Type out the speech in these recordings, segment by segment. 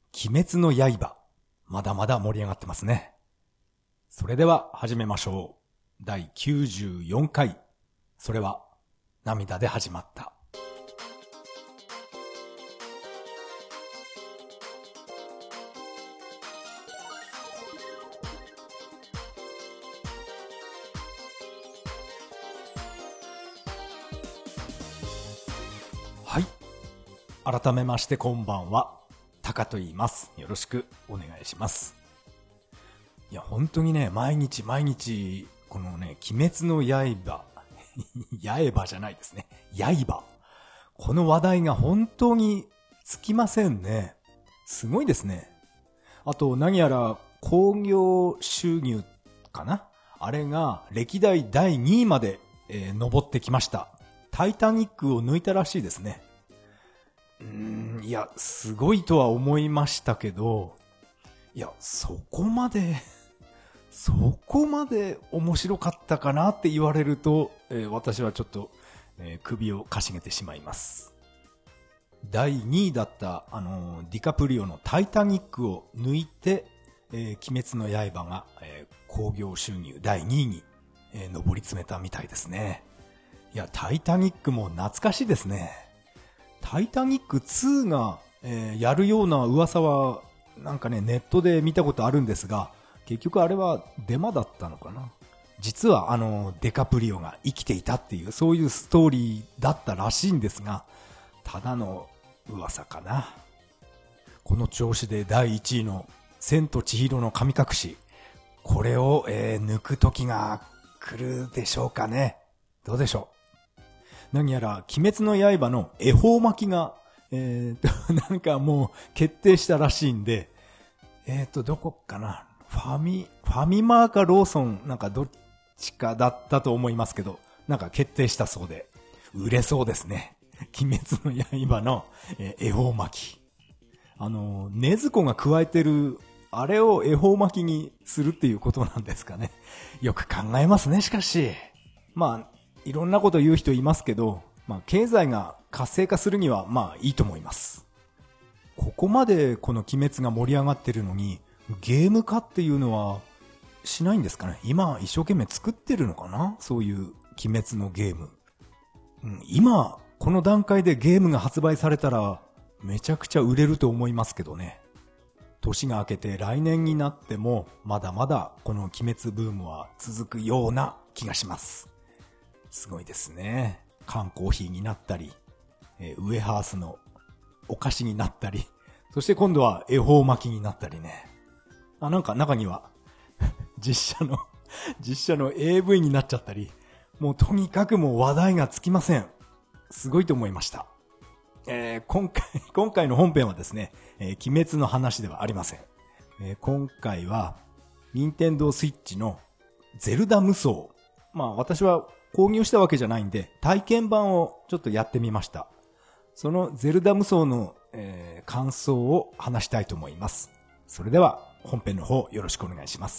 鬼滅の刃、まだまだ盛り上がってますね。それでは始めましょう。第94回。それは涙で始まった。はい。改めましてこんばんは。タカと言います。よろしくお願いします。いや、本当にね、毎日、このね、鬼滅の刃、刃じゃないですね。刃。この話題が本当につきませんね。すごいですね。あと、何やら興行収入かな？あれが歴代第2位まで、上ってきました。タイタニックを抜いたらしいですね。いや、すごいとは思いましたけど、いや、そこまで面白かったかなって言われると、私はちょっと、首をかしげてしまいます。第2位だったディカプリオのタイタニックを抜いて、鬼滅の刃が、興行収入第2位に、上り詰めたみたいですね。いや、タイタニックも懐かしいですね。タイタニック2が、やるような噂はなんかねネットで見たことあるんですが、結局あれはデマだったのかな。実はデカプリオが生きていたっていうそういうストーリーだったらしいんですが、ただの噂かな。この調子で第1位の千と千尋の神隠し、これを、抜く時が来るでしょうかね。どうでしょう。何やら鬼滅の刃の恵方巻きが、なんかもう決定したらしいんで、どこかな、ファミマーかローソン、なんかどっちかだったと思いますけど、なんか決定したそうで、売れそうですね。鬼滅の刃の、恵方巻き。禰豆子が加えてる、あれを恵方巻きにするっていうことなんですかね。よく考えますね、しかし。まあ、いろんなこと言う人いますけど、まあ、経済が活性化するにはまあいいと思います。ここまでこの鬼滅が盛り上がってるのにゲーム化っていうのはしないんですかね。今一生懸命作ってるのかな、そういう鬼滅のゲーム。今この段階でゲームが発売されたらめちゃくちゃ売れると思いますけどね。年が明けて来年になってもまだまだこの鬼滅ブームは続くような気がします。すごいですね。缶コーヒーになったり、ウエハースのお菓子になったり、そして今度は恵方巻きになったりね。なんか中には実写の AV になっちゃったり、もうとにかくもう話題がつきません。すごいと思いました。今回の本編はですね、鬼滅の話ではありません。今回は任天堂スイッチのゼルダ無双。まあ私は購入したわけじゃないんで体験版をちょっとやってみました。そのゼルダ無双の、感想を話したいと思います。それでは本編の方よろしくお願いします。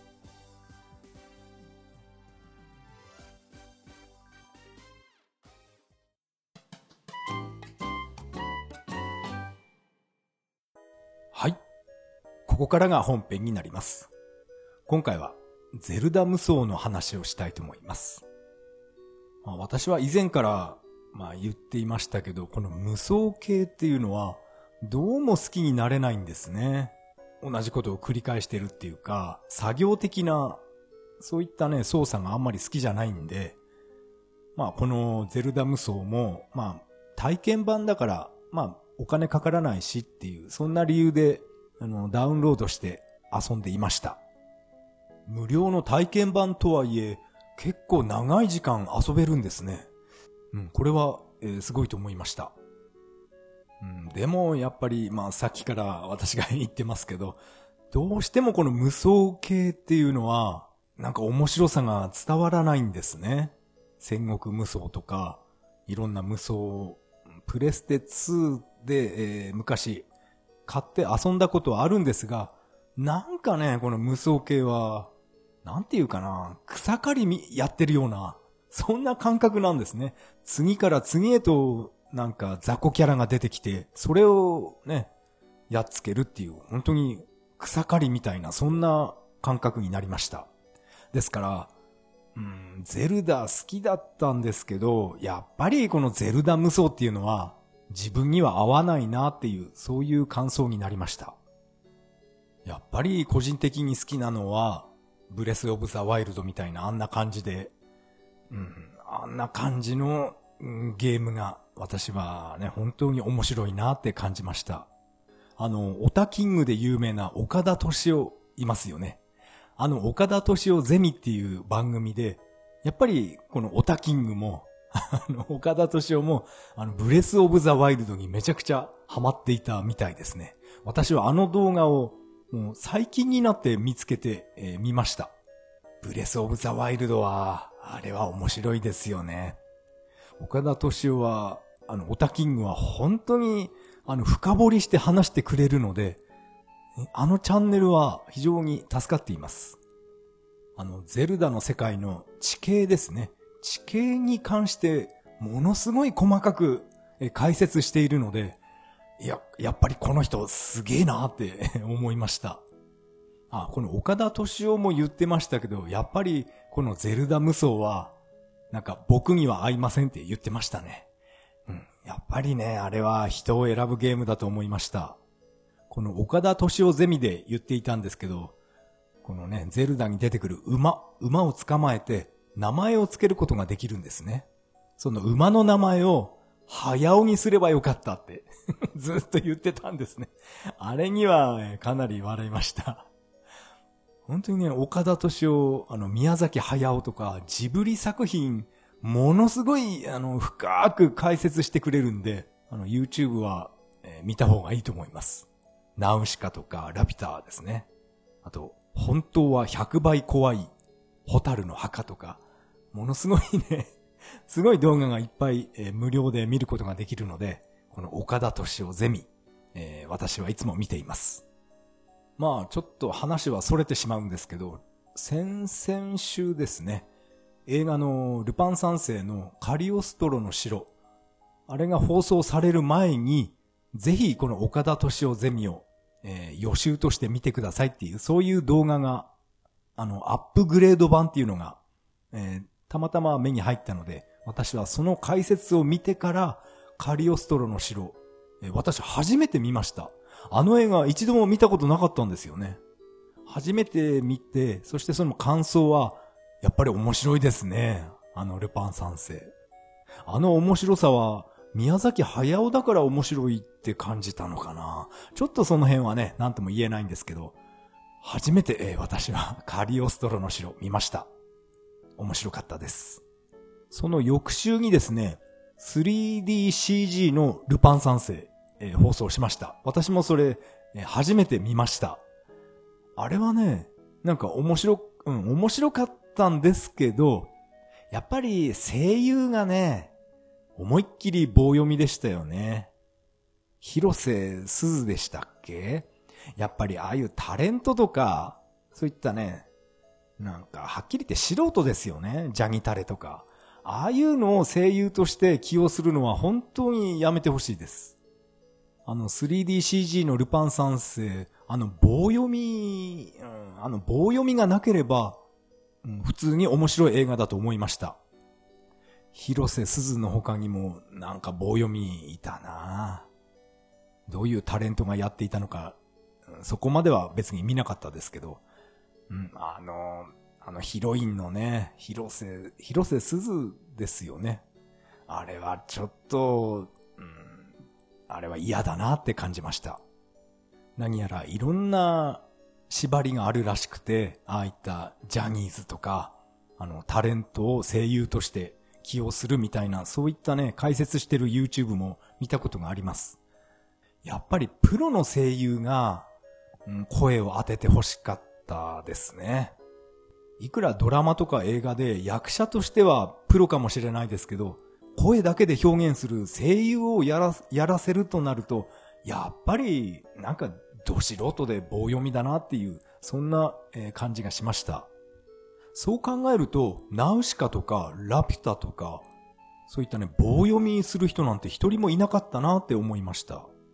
はい、ここからが本編になります。今回はゼルダ無双の話をしたいと思います。私は以前から言っていましたけど、この無双系っていうのはどうも好きになれないんですね。同じことを繰り返してるっていうか、作業的なそういったね操作があんまり好きじゃないんで、このゼルダ無双も体験版だからお金かからないしっていう、そんな理由でダウンロードして遊んでいました。無料の体験版とはいえ結構長い時間遊べるんですね。これは、すごいと思いました。でもやっぱりさっきから私が言ってますけど、どうしてもこの無双系っていうのはなんか面白さが伝わらないんですね。戦国無双とかいろんな無双、プレステ2で、昔買って遊んだことはあるんですが、なんかねこの無双系はなんていうかな、草刈りやってるようなそんな感覚なんですね。次から次へとなんか雑魚キャラが出てきて、それをねやっつけるっていう、本当に草刈りみたいな、そんな感覚になりました。ですから、ゼルダ好きだったんですけど、やっぱりこのゼルダ無双っていうのは自分には合わないなっていう、そういう感想になりました。やっぱり個人的に好きなのは、ブレスオブザワイルドみたいなあんな感じで、あんな感じの、ゲームが私はね、本当に面白いなって感じました。オタキングで有名な岡田敏夫いますよね。岡田敏夫ゼミっていう番組で、やっぱりこのオタキングも、岡田敏夫も、ブレスオブザワイルドにめちゃくちゃハマっていたみたいですね。私は動画をもう最近になって見つけて、見ました。ブレスオブザワイルドは、あれは面白いですよね。岡田敏夫は、オタキングは本当に、深掘りして話してくれるので、チャンネルは非常に助かっています。ゼルダの世界の地形ですね。地形に関してものすごい細かく解説しているので、やっぱりこの人すげえなって思いました。この岡田敏夫も言ってましたけど、やっぱりこのゼルダ無双は、なんか僕には合いませんって言ってましたね。やっぱりね、あれは人を選ぶゲームだと思いました。この岡田敏夫ゼミで言っていたんですけど、このね、ゼルダに出てくる馬を捕まえて名前をつけることができるんですね。その馬の名前を早尾にすればよかったってずっと言ってたんですね。あれにはかなり笑いました。本当にね、岡田敏夫、宮崎駿とかジブリ作品、ものすごい、深く解説してくれるんで、YouTube は、見た方がいいと思います。ナウシカとかラピュタですね。あと、本当は100倍怖いホタルの墓とか、ものすごいね、すごい動画がいっぱい、無料で見ることができるので、この岡田敏夫ゼミ、私はいつも見ています。まあちょっと話は逸れてしまうんですけど、先々週ですね、映画のルパン三世のカリオストロの城、あれが放送される前に、ぜひこの岡田敏夫ゼミを、予習として見てくださいっていう、そういう動画が、アップグレード版っていうのが、たまたま目に入ったので、私はその解説を見てからカリオストロの城、私初めて見ました。映画一度も見たことなかったんですよね。初めて見て、そしてその感想は、やっぱり面白いですね。ルパン三世。面白さは、宮崎駿だから面白いって感じたのかな。ちょっとその辺はね、なんとも言えないんですけど、初めて、私はカリオストロの城見ました。面白かったです。その翌週にですね、3DCG のルパン三世、放送しました。私もそれ、初めて見ました。あれはね、なんか面白かったんですけど、やっぱり声優がね、思いっきり棒読みでしたよね。広瀬すずでしたっけ？やっぱりああいうタレントとか、そういったね、なんかはっきり言って素人ですよね。ジャニタレとか。ああいうのを声優として起用するのは本当にやめてほしいです。3DCG のルパン三世、棒読みがなければ、普通に面白い映画だと思いました。広瀬すずの他にもなんか棒読みいたな。どういうタレントがやっていたのか、そこまでは別に見なかったですけど、ヒロインのね、広瀬すずですよね。あれはちょっと、あれは嫌だなって感じました。何やらいろんな縛りがあるらしくて、ああいったジャニーズとか、タレントを声優として起用するみたいな、そういったね、解説してる YouTube も見たことがあります。やっぱりプロの声優が、声を当てて欲しかったですね。いくらドラマとか映画で役者としてはプロかもしれないですけど、声だけで表現する声優をやらせるとなると、やっぱりなんかど素人で棒読みだなっていう、そんな感じがしました。そう考えると、ナウシカとかラピュタとか、そういったね、棒読みする人なんて一人もいなかったなって思いました。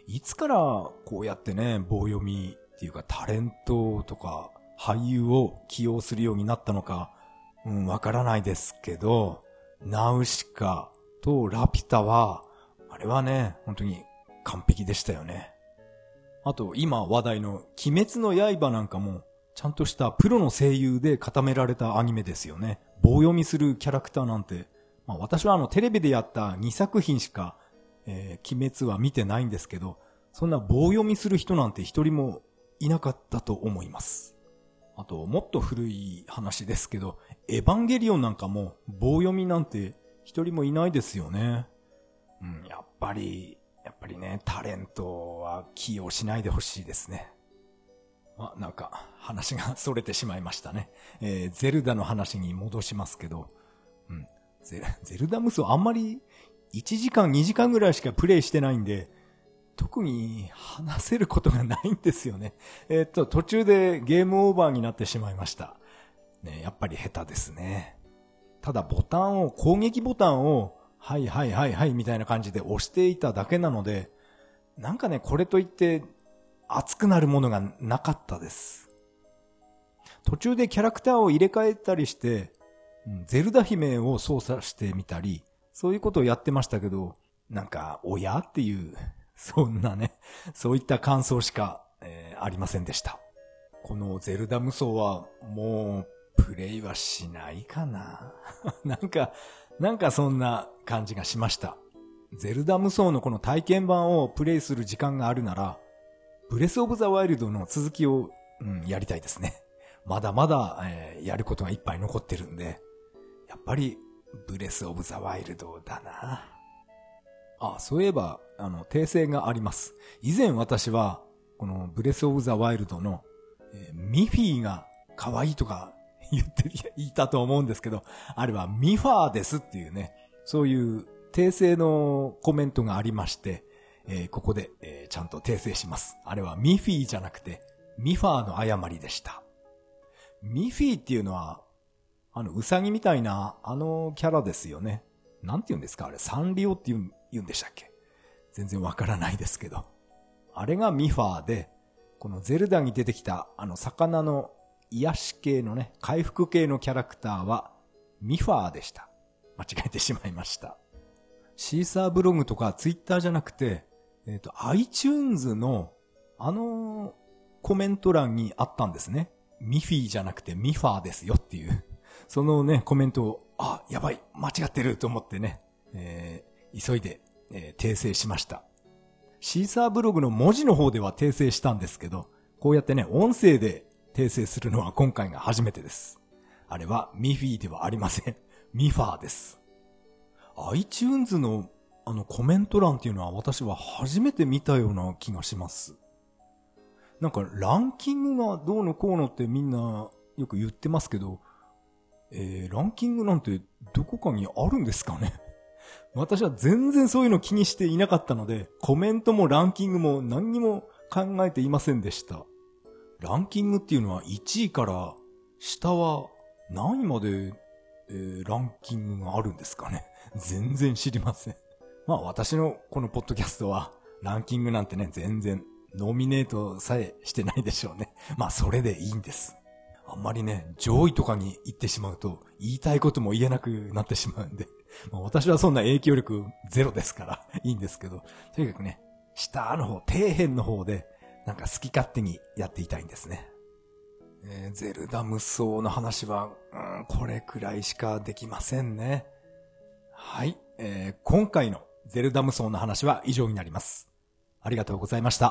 いつからこうやってね、棒読みっていうかタレントとか俳優を起用するようになったのか、わからないですけど、ナウシカとラピュタは、あれはね、本当に完璧でしたよね。あと今話題の鬼滅の刃なんかも、ちゃんとしたプロの声優で固められたアニメですよね。棒読みするキャラクターなんて、私はテレビでやった2作品しか、鬼滅は見てないんですけど、そんな棒読みする人なんて一人もいなかったと思います。あと、もっと古い話ですけど、エヴァンゲリオンなんかも棒読みなんて一人もいないですよね。やっぱりね、タレントは起用しないでほしいですね。なんか話が逸れてしまいましたね。ゼルダの話に戻しますけど、ゼルダ無双あんまり1時間2時間ぐらいしかプレイしてないんで、特に話せることがないんですよね。途中でゲームオーバーになってしまいました。ね、やっぱり下手ですね。ただ攻撃ボタンを、はいはいはいはいみたいな感じで押していただけなので、なんかね、これといって熱くなるものがなかったです。途中でキャラクターを入れ替えたりして、ゼルダ姫を操作してみたり、そういうことをやってましたけど、なんか、親っていう、そんなね、そういった感想しか、ありませんでした。このゼルダ無双は、もう、プレイはしないかな。なんかそんな感じがしました。ゼルダ無双のこの体験版をプレイする時間があるなら、ブレスオブザワイルドの続きを、やりたいですね。まだまだ、やることがいっぱい残ってるんで、やっぱり、ブレスオブザワイルドだな。そういえば、訂正があります。以前私は、このブレスオブザワイルドの、ミフィーが可愛いとか言いたと思うんですけど、あれはミファーですっていうね、そういう訂正のコメントがありまして、ここで、ちゃんと訂正します。あれはミフィーじゃなくて、ミファーの誤りでした。ミフィーっていうのは、ウサギみたいな、キャラですよね。なんて言うんですかあれ、サンリオって言うんでしたっけ？全然わからないですけど。あれがミファーで、このゼルダに出てきた、魚の癒し系のね、回復系のキャラクターは、ミファーでした。間違えてしまいました。シーサーブログとかツイッターじゃなくて、iTunes の、コメント欄にあったんですね。ミフィーじゃなくてミファーですよっていう。そのね、コメントを、やばい、間違ってると思ってね、急いで、訂正しました。シーサーブログの文字の方では訂正したんですけど、こうやってね、音声で訂正するのは今回が初めてです。あれはミフィーではありません。ミファーです。iTunes のコメント欄っていうのは私は初めて見たような気がします。なんかランキングがどうのこうのってみんなよく言ってますけど、ランキングなんてどこかにあるんですかね。私は全然そういうの気にしていなかったので、コメントもランキングも何にも考えていませんでした。ランキングっていうのは1位から下は何位まで、ランキングがあるんですかね。全然知りません。私のこのポッドキャストはランキングなんてね、全然ノミネートさえしてないでしょうね。それでいいんです。あんまりね、上位とかに行ってしまうと言いたいことも言えなくなってしまうんで、私はそんな影響力ゼロですからいいんですけど、とにかくね、下の方、底辺の方でなんか好き勝手にやっていたいんですね。ゼルダ無双の話は、これくらいしかできませんね。はい、今回のゼルダ無双の話は以上になります。ありがとうございました。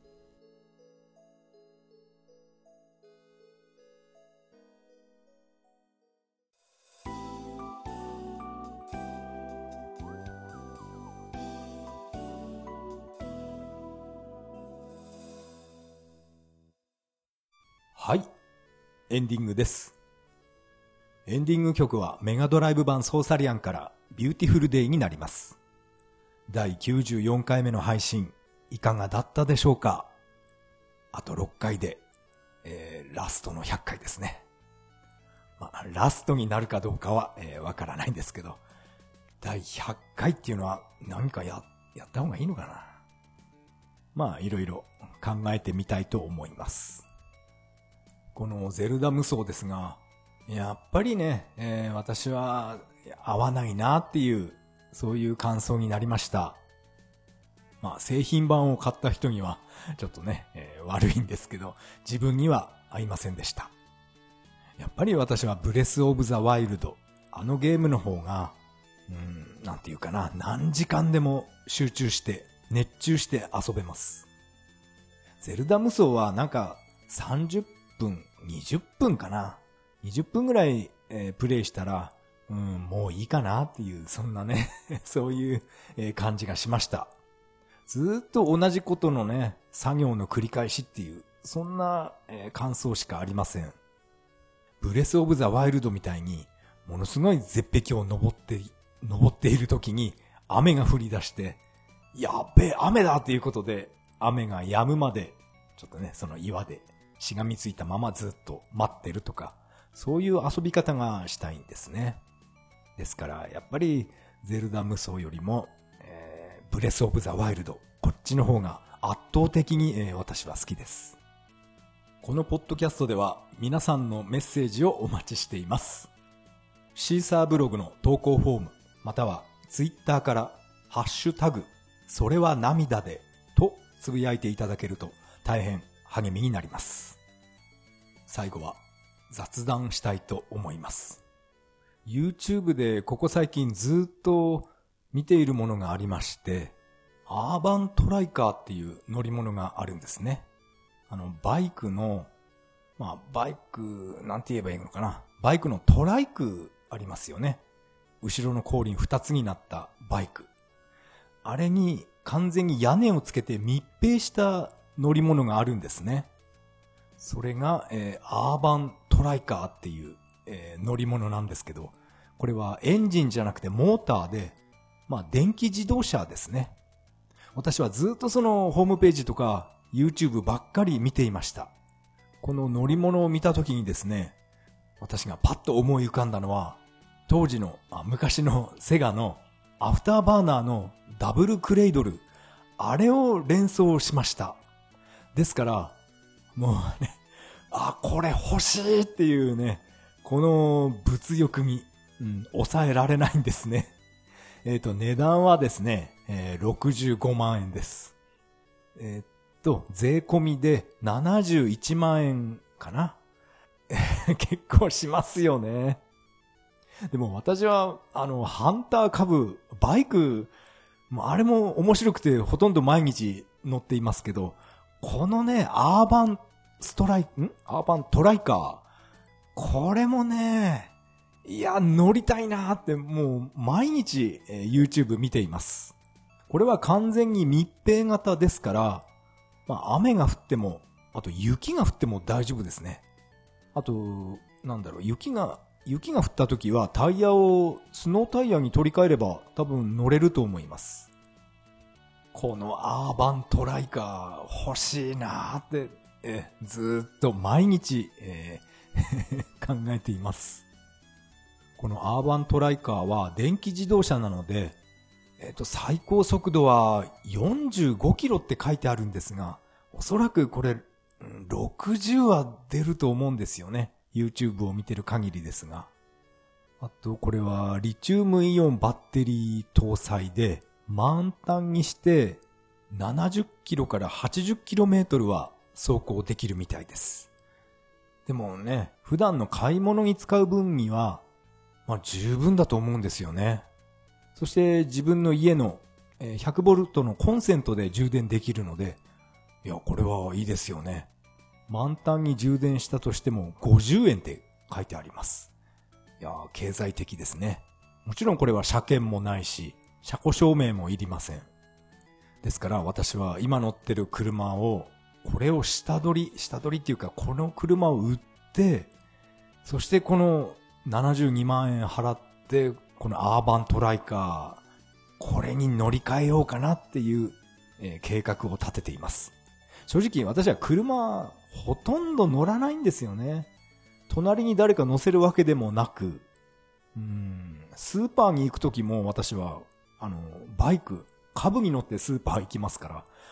はい、エンディングです。エンディング曲はメガドライブ版ソーサリアンからビューティフルデイになります。第94回目の配信いかがだったでしょうか。あと6回で、ラストの100回ですね。ラストになるかどうかはわからないんですけど、第100回っていうのは何かやった方がいいのかな。 まあいろいろ考えてみたいと思います。このゼルダ無双ですが、やっぱりね、私は合わないなっていう、そういう感想になりました。まあ製品版を買った人にはちょっとね、悪いんですけど、自分には合いませんでした。やっぱり私はブレスオブザワイルド、あのゲームの方が、なんていうかな、何時間でも集中して熱中して遊べます。ゼルダ無双はなんか30分、20分かな。20分ぐらい、プレイしたら、もういいかなっていう、そんなね、そういう、感じがしました。ずーっと同じことのね、作業の繰り返しっていう、そんな、感想しかありません。ブレスオブザワイルドみたいに、ものすごい絶壁を登っている時に、雨が降り出して、やっべえ、雨だっていうことで、雨が止むまで、ちょっとね、その岩でしがみついたままずっと待ってるとか、そういう遊び方がしたいんですね。ですから、やっぱり、ゼルダ無双よりも、ブレスオブザワイルド、こっちの方が圧倒的に、私は好きです。このポッドキャストでは皆さんのメッセージをお待ちしています。シーサーブログの投稿フォーム、またはツイッターからハッシュタグ、それは涙でとつぶやいていただけると大変励みになります。最後は雑談したいと思います。YouTube でここ最近ずっと見ているものがありまして、アーバントライカーっていう乗り物があるんですね。バイクの、バイク、なんて言えばいいのかな。バイクのトライクありますよね。後ろの後輪2つになったバイク。あれに完全に屋根をつけて密閉した乗り物があるんですね。それが、アーバントライカーっていう、乗り物なんですけど、これはエンジンじゃなくてモーターで、電気自動車ですね。私はずっとそのホームページとか YouTube ばっかり見ていました。この乗り物を見たときにですね、私がパッと思い浮かんだのは、当時の、昔のセガのアフターバーナーのダブルクレイドル、あれを連想しました。ですから、もうね、これ欲しいっていうね、この物欲に、抑えられないんですね。値段はですね、65万円です。税込みで71万円かな。結構しますよね。でも私は、ハンター株、バイク、あれも面白くてほとんど毎日乗っていますけど、このね、アーバントライカー。これもね、いや、乗りたいなーってもう毎日、YouTube 見ています。これは完全に密閉型ですから、雨が降っても、あと雪が降っても大丈夫ですね。あと、雪が降った時はタイヤをスノータイヤに取り替えれば多分乗れると思います。このアーバントライカー欲しいなーって、ずーっと毎日、考えています。このアーバントライカーは電気自動車なので、最高速度は45キロって書いてあるんですが、おそらくこれ、60は出ると思うんですよね。YouTube を見てる限りですが。あと、これはリチウムイオンバッテリー搭載で、満タンにして70キロから80キロメートルは走行できるみたいです。でもね、普段の買い物に使う分には、十分だと思うんですよね。そして自分の家の100ボルトのコンセントで充電できるので、いや、これはいいですよね。満タンに充電したとしても50円って書いてあります。いや、経済的ですね。もちろんこれは車検もないし、車庫証明もいりません。ですから私は今乗ってる車を、これを下取りっていうか、この車を売って、そしてこの72万円払って、このアーバントライカー、これに乗り換えようかなっていう、計画を立てています。正直私は車ほとんど乗らないんですよね。隣に誰か乗せるわけでもなく、スーパーに行くときも私は、バイク、株に乗ってスーパー行きますから、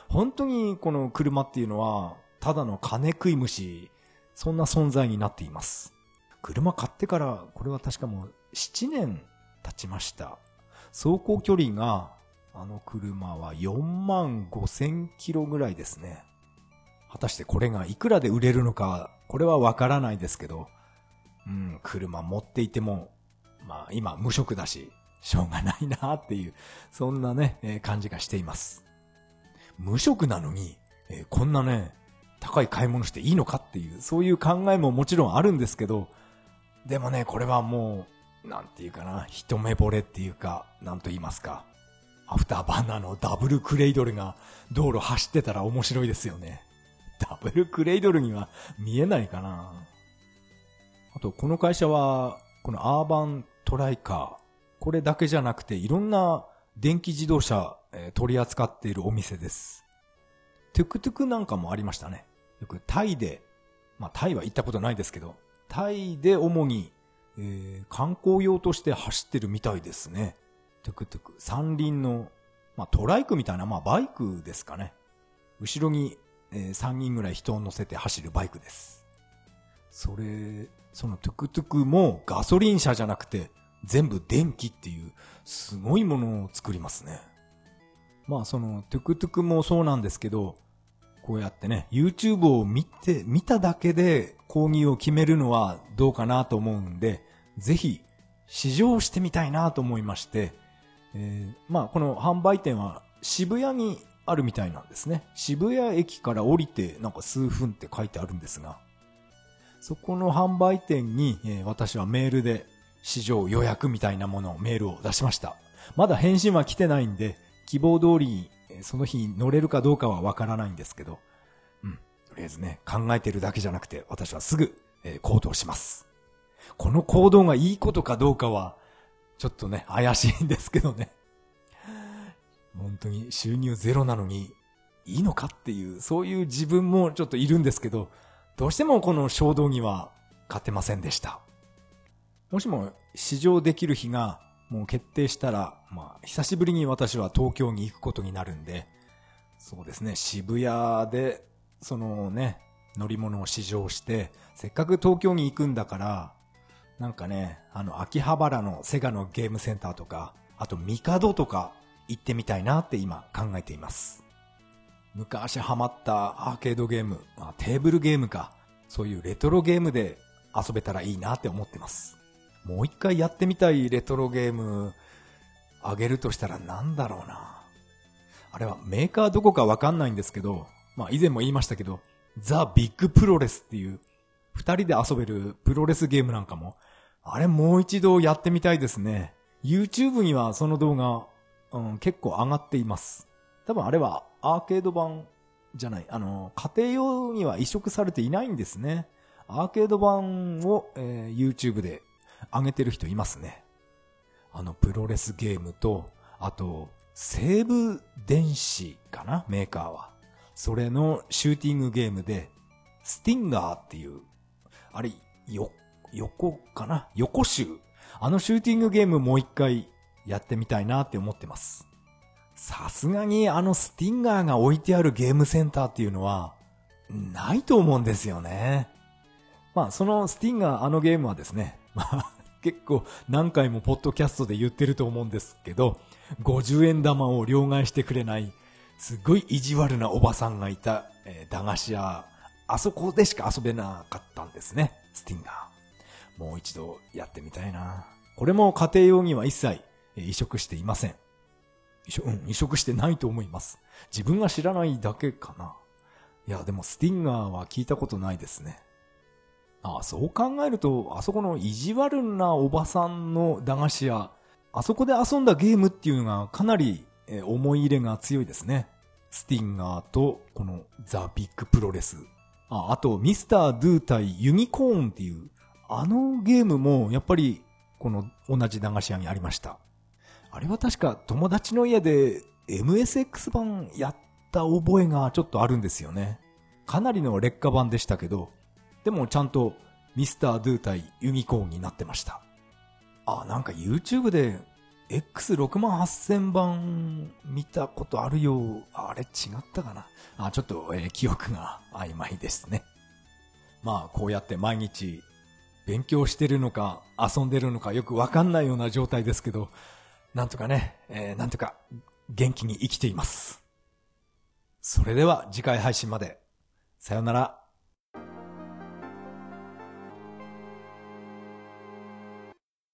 本当にこの車っていうのは、ただの金食い虫、そんな存在になっています。車買ってから、これは確かもう7年経ちました。走行距離が、あの車は4万5千キロぐらいですね。果たしてこれがいくらで売れるのか、これはわからないですけど、車持っていても、まあ今無職だし、しょうがないなっていう、そんなね、感じがしています。無職なのに、こんなね、高い買い物していいのかっていう、そういう考えももちろんあるんですけど、でもね、これはもう、なんていうかな、一目惚れっていうか、なんと言いますか、アフターバーナーのダブルクレイドルが道路走ってたら面白いですよね。ダブルクレイドルには見えないかな。あと、この会社は、このアーバントライカー、これだけじゃなくて、いろんな電気自動車、取り扱っているお店です。トゥクトゥクなんかもありましたね。よくタイで、まあタイは行ったことないですけど、タイで主に、観光用として走ってるみたいですね。トゥクトゥク。三輪の、まあトライクみたいな、まあバイクですかね。後ろに、3人ぐらい人を乗せて走るバイクです。そのトゥクトゥクもガソリン車じゃなくて、全部電気っていう、すごいものを作りますね。まあそのトゥクトゥクもそうなんですけど、こうやってね、YouTube を見ただけで購入を決めるのはどうかなと思うんで、ぜひ試乗してみたいなと思いまして、まあこの販売店は渋谷にあるみたいなんですね。渋谷駅から降りてなんか数分って書いてあるんですが、そこの販売店に、私はメールで試乗予約みたいなものをメールを出しました。まだ返信は来てないんで、希望通りその日乗れるかどうかはわからないんですけど、とりあえずね、考えてるだけじゃなくて、私はすぐ、行動します。この行動がいいことかどうかは、ちょっとね、怪しいんですけどね。本当に収入ゼロなのに、いいのかっていう、そういう自分もちょっといるんですけど、どうしてもこの衝動には勝てませんでした。もしも試乗できる日がもう決定したら、まあ、久しぶりに私は東京に行くことになるんで、そうですね、渋谷で、そのね、乗り物を試乗して、せっかく東京に行くんだから、なんかね、秋葉原のセガのゲームセンターとか、あとミカドとか行ってみたいなって今考えています。昔ハマったアーケードゲーム、テーブルゲームか、そういうレトロゲームで遊べたらいいなって思ってます。もう一回やってみたいレトロゲームあげるとしたらなんだろうな。あれはメーカーどこかわかんないんですけど、まあ以前も言いましたけど、ザ・ビッグプロレスっていう二人で遊べるプロレスゲームなんかも、あれもう一度やってみたいですね。YouTube にはその動画、結構上がっています。多分あれはアーケード版じゃない、家庭用には移植されていないんですね。アーケード版を、YouTube で上げてる人いますね。プロレスゲームと、あと、西武電子かなメーカーは。それのシューティングゲームで、スティンガーっていう、あれ、横かな横集。シューティングゲームもう一回やってみたいなって思ってます。さすがにスティンガーが置いてあるゲームセンターっていうのは、ないと思うんですよね。まあ、そのスティンガーゲームはですね、まあ、結構何回もポッドキャストで言ってると思うんですけど、50円玉を両替してくれない、すごい意地悪なおばさんがいた、駄菓子屋、あそこでしか遊べなかったんですね、スティンガー。もう一度やってみたいな。これも家庭用には一切移植していません。移植してないと思います。自分が知らないだけかな。いや、でもスティンガーは聞いたことないですね。そう考えると、あそこの意地悪なおばさんの駄菓子屋、あそこで遊んだゲームっていうのがかなり思い入れが強いですね。スティンガーとこのザ・ビッグプロレス。あとミスター・ドゥ対ユニコーンっていうゲームもやっぱりこの同じ駄菓子屋にありました。あれは確か友達の家で MSX 版やった覚えがちょっとあるんですよね。かなりの劣化版でしたけど、でもちゃんとミスター・ドゥ対ユニコーンになってました。なんか YouTube で X68000 番見たことあるよ。あれ違ったかな。ちょっと、記憶が曖昧ですね。まあこうやって毎日勉強してるのか遊んでるのかよくわかんないような状態ですけど、なんとかね、なんとか元気に生きています。それでは次回配信まで。さよなら。